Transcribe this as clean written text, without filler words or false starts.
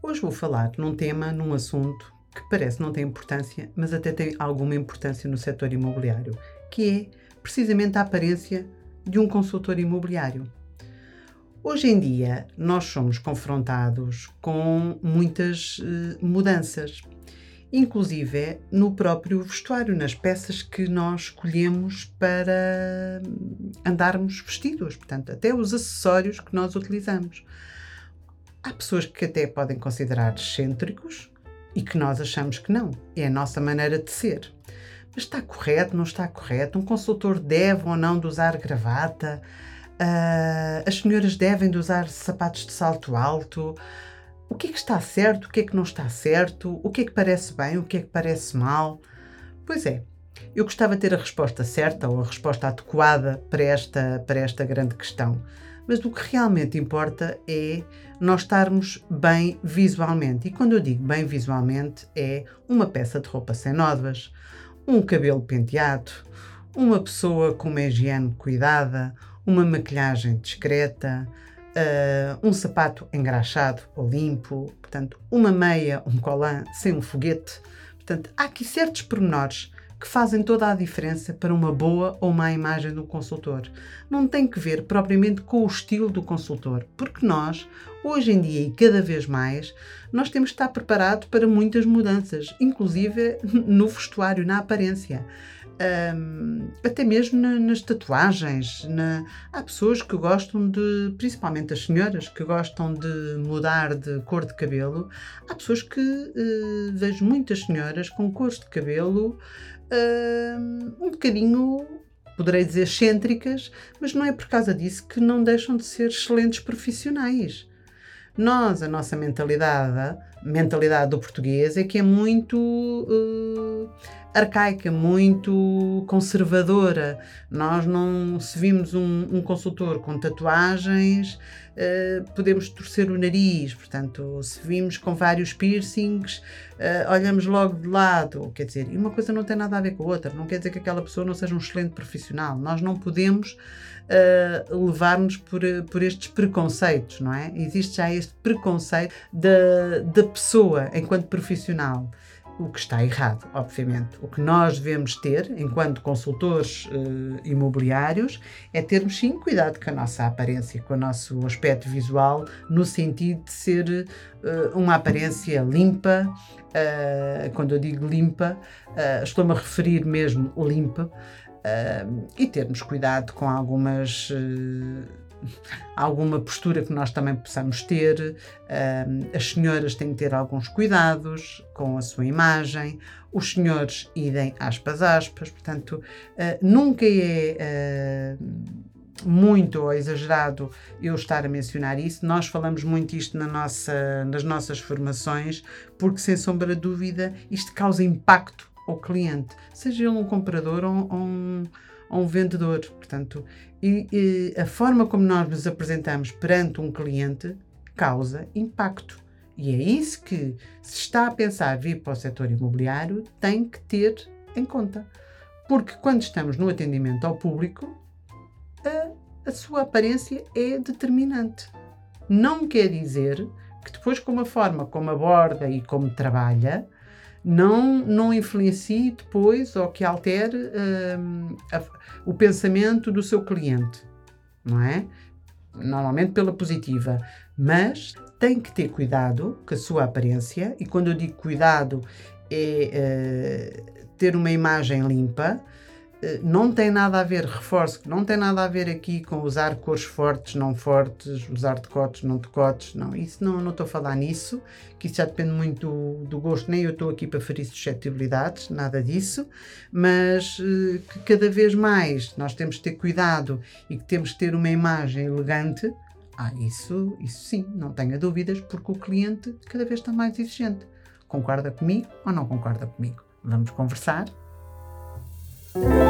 Hoje vou falar num assunto que parece não ter importância, mas até tem alguma importância no setor imobiliário, que é precisamente a aparência de um consultor imobiliário. Hoje em dia, nós somos confrontados com muitas mudanças, inclusive no próprio vestuário, nas peças que nós escolhemos para andarmos vestidos, portanto, até os acessórios que nós utilizamos. Há pessoas que até podem considerar excêntricos e que nós achamos que não. É a nossa maneira de ser. Mas está correto, não está correto? Um consultor deve ou não de usar gravata? As senhoras devem de usar sapatos de salto alto? O que é que está certo? O que é que não está certo? O que é que parece bem? O que é que parece mal? Pois é, eu gostava de ter a resposta certa ou a resposta adequada para esta grande questão. Mas o que realmente importa é nós estarmos bem visualmente. E quando eu digo bem visualmente, é uma peça de roupa sem nódoas, um cabelo penteado, uma pessoa com uma higiene cuidada, uma maquilhagem discreta, um sapato engraxado ou limpo, portanto, uma meia, um colã sem um foguete. Portanto, há aqui certos pormenores que fazem toda a diferença para uma boa ou má imagem do consultor. Não tem que ver propriamente com o estilo do consultor, porque nós, hoje em dia e cada vez mais, nós temos que estar preparados para muitas mudanças, inclusive no vestuário, na aparência. Até mesmo nas tatuagens. Há pessoas que gostam de, principalmente as senhoras, que gostam de mudar de cor de cabelo. Há pessoas que vejo muitas senhoras com cores de cabelo um bocadinho, poderei dizer, excêntricas, mas não é por causa disso que não deixam de ser excelentes profissionais. Nós, a nossa mentalidade do português é que é muito arcaica, muito conservadora. Nós não, se vimos um consultor com tatuagens, podemos torcer o nariz, portanto, se vimos com vários piercings, olhamos logo de lado, quer dizer, e uma coisa não tem nada a ver com a outra, não quer dizer que aquela pessoa não seja um excelente profissional. Nós não podemos levar-nos por estes preconceitos, não é? Existe já este preconceito da pessoa enquanto profissional, o que está errado, obviamente. O que nós devemos ter, enquanto consultores imobiliários, é termos sim cuidado com a nossa aparência, com o nosso aspecto visual, no sentido de ser uma aparência limpa. Quando eu digo limpa, estou-me a referir mesmo limpa, e termos cuidado com alguma postura que nós também possamos ter. As senhoras têm que ter alguns cuidados com a sua imagem, os senhores idem, aspas, aspas, portanto, nunca é muito ou exagerado eu estar a mencionar isso. Nós falamos muito isto nas nossas formações, porque sem sombra de dúvida isto causa impacto ao cliente, seja ele um comprador ou um vendedor. Portanto, e a forma como nós nos apresentamos perante um cliente causa impacto. E é isso que, se está a pensar vir para o setor imobiliário, tem que ter em conta. Porque quando estamos no atendimento ao público, a sua aparência é determinante. Não quer dizer que depois, com a forma como aborda e como trabalha, não influencie depois ou que altere o pensamento do seu cliente, não é? Normalmente pela positiva, mas tem que ter cuidado com a sua aparência, e quando eu digo cuidado é ter uma imagem limpa. Não tem nada a ver, reforço que não tem nada a ver aqui com usar cores fortes, não fortes, usar decotes, não decotes, não, isso não estou a falar nisso, que isso já depende muito do gosto, nem eu estou aqui para ferir suscetibilidades, nada disso, mas que cada vez mais nós temos de ter cuidado e que temos de ter uma imagem elegante. Isso sim, não tenha dúvidas, porque o cliente cada vez está mais exigente. Concorda comigo ou não concorda comigo? Vamos conversar?